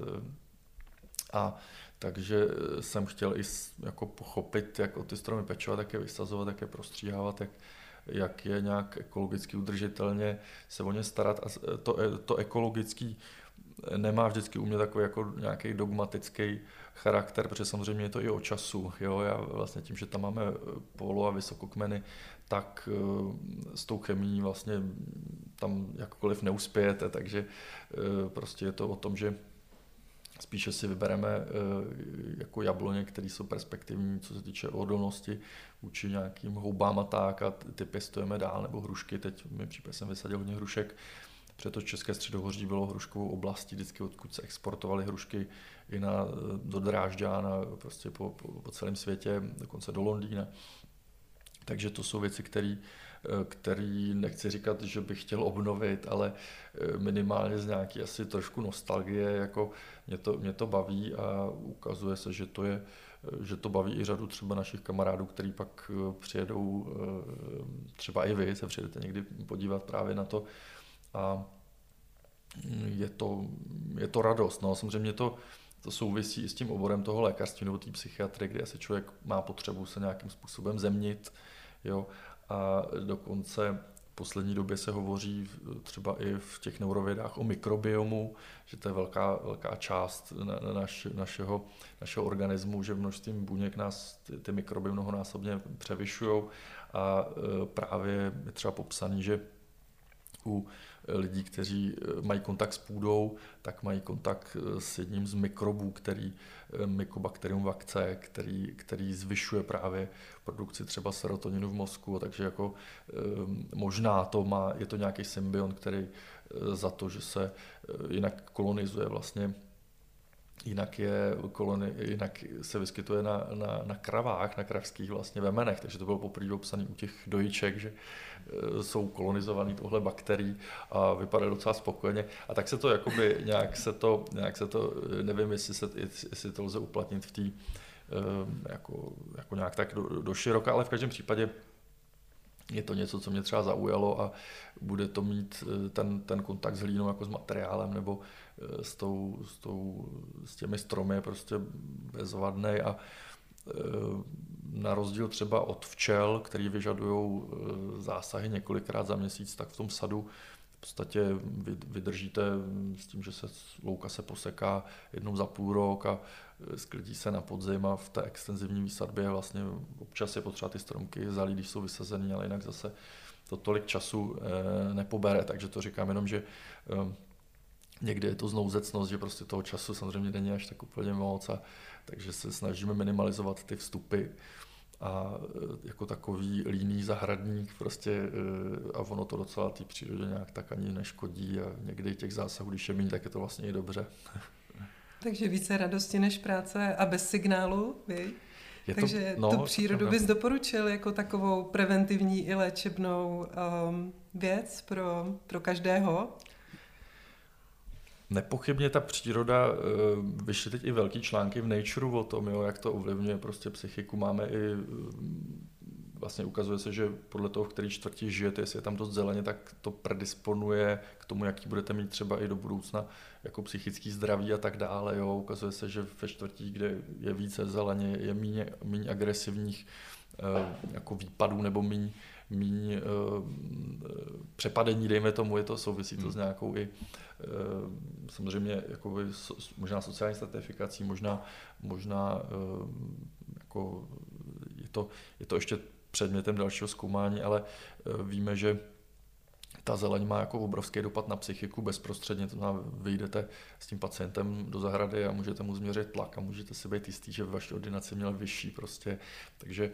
a takže jsem chtěl i jako pochopit, jak o ty stromy pečovat, jak je vysazovat, jak je prostříhávat, jak je nějak ekologicky udržitelně se o ně starat. A to ekologický nemá vždycky u mě takový jako nějaký dogmatický charakter, protože samozřejmě je to i o času. Jo? Já vlastně tím, že tam máme polo a vysokokmeny, tak s tou chemií vlastně tam jakkoliv neuspějete, takže prostě je to o tom, že spíše si vybereme jako jabloně, které jsou perspektivní, co se týče odolnosti vůči nějakým houbám a tak a ty pěstujeme dál, nebo hrušky. Teď v mém případě jsem vysadil hodně hrušek, protože České středohoří bylo hruškovou oblastí, vždycky odkud se exportovaly hrušky i do Drážďán a prostě po celém světě, dokonce do Londýna. Takže to jsou věci, který nechci říkat, že bych chtěl obnovit, ale minimálně z nějaký asi trošku nostalgie, jako mě to baví a ukazuje se, že to baví i řadu třeba našich kamarádů, který pak přijedou, třeba i vy se přijedete někdy podívat právě na to a je to radost. No, samozřejmě to souvisí i s tím oborem toho lékařství nebo té psychiatrie, kde asi člověk má potřebu se nějakým způsobem zemnit, jo, a dokonce v poslední době se hovoří třeba i v těch neurovědách o mikrobiomu, že to je velká část našeho organismu, že množstvím buněk nás ty mikroby mnohonásobně převyšují a právě je třeba popsaný, že u lidí, kteří mají kontakt s půdou, tak mají kontakt s jedním z mikrobů, Mycobacterium vaccae, který zvyšuje právě produkci třeba serotoninu v mozku, takže jako možná je to nějaký symbiont, který za to, že se jinak kolonizuje vlastně jinak se vyskytuje na kravách, na kravských vlastně vemenech, takže to bylo poprvé opsané u těch dojiček, že jsou kolonizovaný tohle bakterií a vypadá docela spokojeně. A tak se to jakoby nějak se to nevím, jestli to lze uplatnit v té jako nějak tak do široka, ale v každém případě je to něco, co mě třeba zaujalo a bude to mít ten kontakt s hlínou jako s materiálem nebo s těmi stromy prostě bezvadný a na rozdíl třeba od včel, který vyžadují zásahy několikrát za měsíc, tak v tom sadu v podstatě vydržíte s tím, že louka se poseká jednou za půl rok a sklidí se na podzim a v té extenzivní výsadbě vlastně občas je potřeba ty stromky zalít, když jsou vysazený, ale jinak zase to tolik času nepobere, takže to říkám jenom, že někdy je to znouzecnost, že prostě toho času samozřejmě není až tak úplně moc, takže se snažíme minimalizovat ty vstupy a jako takový líný zahradník prostě a ono to docela té přírodě nějak tak ani neškodí a někdy těch zásahů, když je méně, tak je to vlastně i dobře. Takže více radosti než práce a bez signálu, vy? Takže tu přírodu bys doporučil jako takovou preventivní i léčebnou věc pro každého? Nepochybně ta příroda, vyšly teď i velký články v Nature o tom, jo, jak to ovlivňuje prostě psychiku. Máme i, vlastně ukazuje se, že podle toho, v který čtvrti žijete, jestli je tam dost zeleně, tak to predisponuje k tomu, jaký budete mít třeba i do budoucna jako psychický zdraví a tak dále. Jo. Ukazuje se, že ve čtvrtí, kde je více zeleně, je méně agresivních jako výpadů nebo míň přepadení, dejme tomu, souvisí to s nějakou i samozřejmě jakoby, možná sociální stratifikací, možná jako je to ještě předmětem dalšího zkoumání, ale víme, že ta zeleň má jako obrovský dopad na psychiku bezprostředně, to znamená, vyjdete s tím pacientem do zahrady a můžete mu změřit tlak a můžete si být jistý, že vaše ordinace měla vyšší prostě, takže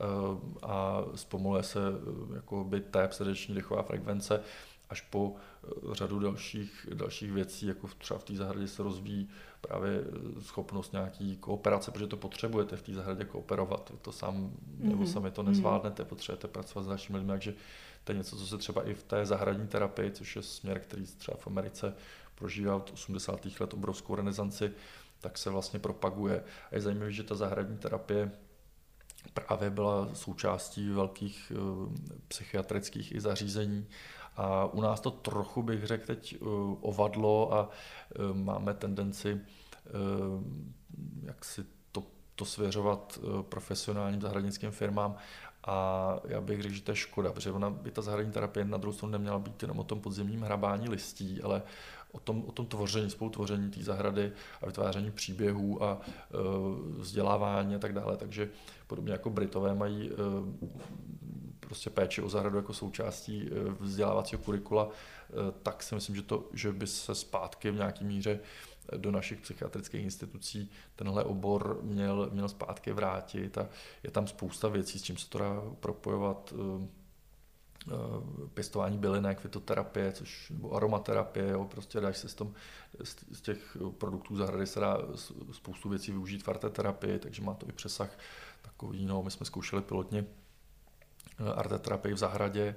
a zpomaluje se jakoby tep, srdeční dechová frekvence, až po řadu dalších věcí, jako třeba v té zahradě se rozvíjí právě schopnost nějaký kooperace, protože to potřebujete v té zahradě kooperovat, to sám nebo sami to nezvládnete, potřebujete pracovat s dalšími lidmi, takže to je něco, co se třeba i v té zahradní terapii, což je směr, který třeba v Americe prožívá od 80. let obrovskou renesanci, tak se vlastně propaguje. A je zajímavé, že ta zahradní terapie právě byla součástí velkých psychiatrických i zařízení. A u nás to trochu, bych řekl, teď ovadlo a máme tendenci jak si to svěřovat profesionálním zahradnickým firmám. A já bych řekl, že to je škoda, protože ona by ta zahradní terapie na druhou stranu neměla být jenom o tom podzimním hrabání listí, ale o tom tvoření, spolutvoření té zahrady a vytváření příběhů a vzdělávání a tak dále. Takže podobně jako Britové mají prostě péči o zahradu jako součástí vzdělávacího kurikula, tak si myslím, že by se zpátky v nějaké míře do našich psychiatrických institucí tenhle obor měl zpátky vrátit a je tam spousta věcí, s čím se to dá propojovat, pěstování bylinek, fytoterapie, nebo aromaterapie, jo, prostě dáš se z těch produktů zahrady se dá spoustu věcí využít v arteterapii, takže má to i přesah takový, no, my jsme zkoušeli pilotně arteterapii v zahradě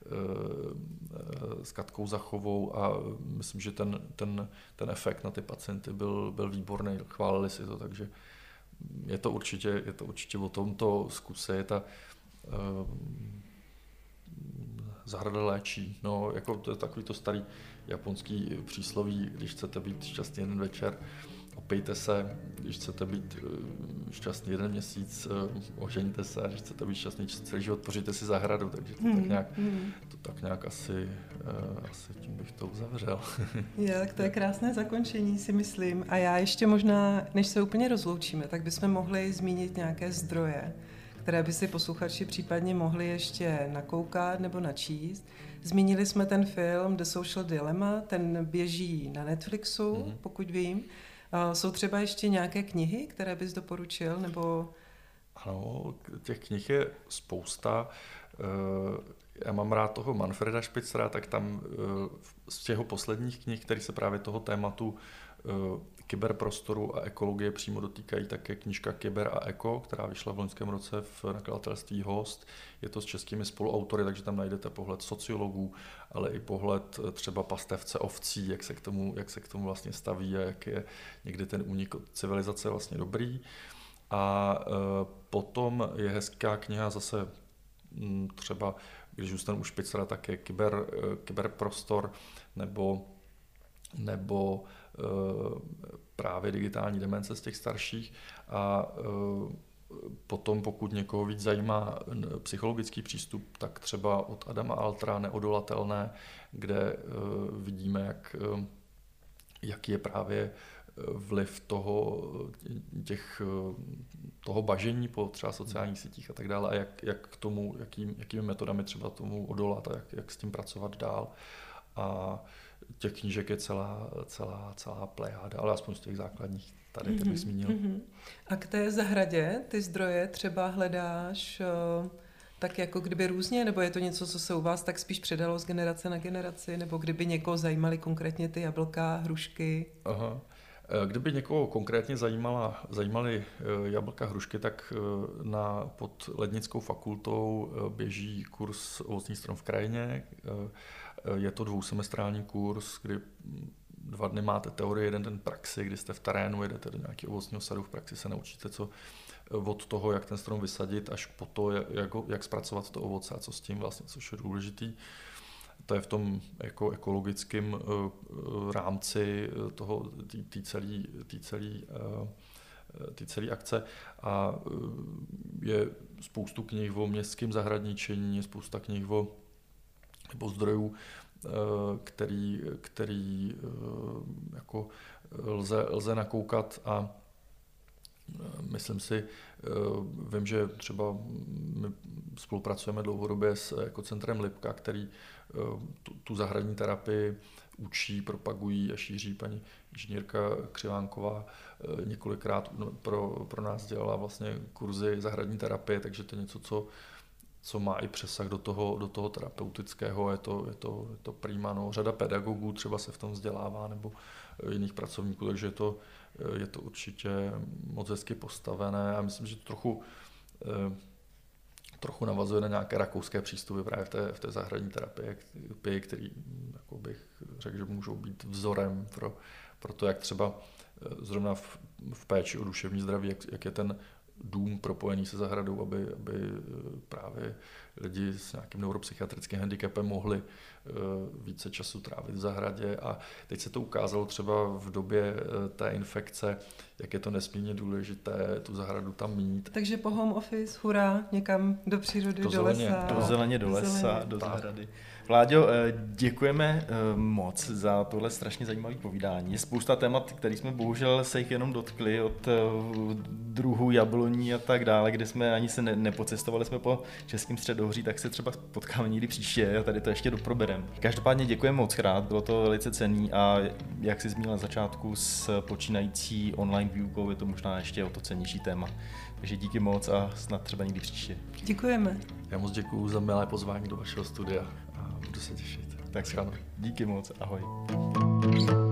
s Katkou Zachovou a myslím, že ten efekt na ty pacienty byl výborný, chválili si to, takže je to určitě o tomto zkuse, je ta zahrada léčí, no, jako to je takový to starý japonský přísloví, když chcete být šťastný jeden večer, opijte se, když chcete být šťastný jeden měsíc, oženíte se, a když chcete být šťastný celý život, pořiďte si zahradu, takže to tak nějak asi tím bych to uzavřel. Tak to je krásné zakončení, si myslím. A já ještě možná, než se úplně rozloučíme, tak bychom mohli zmínit nějaké zdroje, které by si posluchači případně mohli ještě nakoukat nebo načíst. Zmínili jsme ten film The Social Dilemma, ten běží na Netflixu, pokud vím. Jsou třeba ještě nějaké knihy, které bys doporučil, nebo... Ano, těch knih je spousta. Já mám rád toho Manfreda Spitzera, tak tam z těch posledních knih, který se právě toho tématu kyberprostoru a ekologie přímo dotýkají také knížka Kyber a eko, která vyšla v loňském roce v nakladatelství Host. Je to s českými spoluautory, takže tam najdete pohled sociologů, ale i pohled třeba pastevce ovcí, jak se k tomu vlastně staví a jak je někdy ten únik od civilizace vlastně dobrý. A potom je hezká kniha zase třeba, když zůstanu u Špicera, také kyberprostor nebo právě digitální demence z těch starších. A potom, pokud někoho víc zajímá psychologický přístup, tak třeba od Adama Altra Neodolatelné, kde vidíme, jaký je právě vliv toho bažení po třeba sociálních sítích a tak dále a jak k tomu, jakými metodami třeba tomu odolat a jak s tím pracovat dál. A těch knížek je celá plejáda, ale aspoň z těch základních tady bych zmínil. A k té zahradě ty zdroje třeba hledáš tak jako kdyby různě, nebo je to něco, co se u vás tak spíš předalo z generace na generaci, nebo kdyby někoho zajímaly konkrétně ty jablka, hrušky? Aha. Kdyby někoho konkrétně zajímaly jablka, hrušky, tak pod Lednickou fakultou běží kurz Ovocný strom v krajině. Je to 2semestrální kurz, kdy 2 dny máte teorii, 1 den praxi, kdy jste v terénu, jedete do nějakého ovocního sadu, v praxi se naučíte od toho, jak ten strom vysadit, až po to, jak zpracovat to ovoce a co s tím vlastně, což je důležitý. To je v tom jako ekologickém rámci té celé akce a je spoustu knih o městském zahradničení, je spousta knih nebo zdrojů, který jako lze nakoukat a myslím si, vím, že třeba my spolupracujeme dlouhodobě s ekocentrem Lipka, který tu zahradní terapii učí, propagují a šíří. Paní inženýrka Křivánková několikrát pro nás dělala vlastně kurzy zahradní terapie, takže to je něco, co má i přesah do toho terapeutického, je to prima. No. Řada pedagogů třeba se v tom vzdělává nebo jiných pracovníků, takže je to určitě moc hezky postavené a myslím, že to trochu navazuje na nějaké rakouské přístupy právě v té zahradní terapii, který jako bych řekl, že můžou být vzorem pro to, jak třeba zrovna v péči o duševní zdraví, jak je ten dům propojený se zahradou, aby právě lidi s nějakým neuropsychiatrickým handicapem mohli více času trávit v zahradě. A teď se to ukázalo třeba v době té infekce, jak je to nesmírně důležité tu zahradu tam mít. Takže po home office, hurá, někam do přírody, do lesa. Do zeleně, do lesa, do zahrady. Vláďo, děkujeme moc za tohle strašně zajímavé povídání. Je spousta témat, které jsme bohužel se jich jenom dotkli, od druhů jabloní a tak dále, kde jsme ani se nepocestovali jsme po Českém středohoří, tak se třeba potkáme někdy příště a tady to ještě doprobereme. Každopádně děkujeme moc krát, bylo to velice cenný a jak jsi zmínil na začátku s počínající online výukou, je to možná ještě o to cennější téma. Takže díky moc a snad třeba někdy příště. Děkujeme. Já moc děkuju za milé pozvání do vašeho studia a budu se těšit. Tak díky moc, ahoj.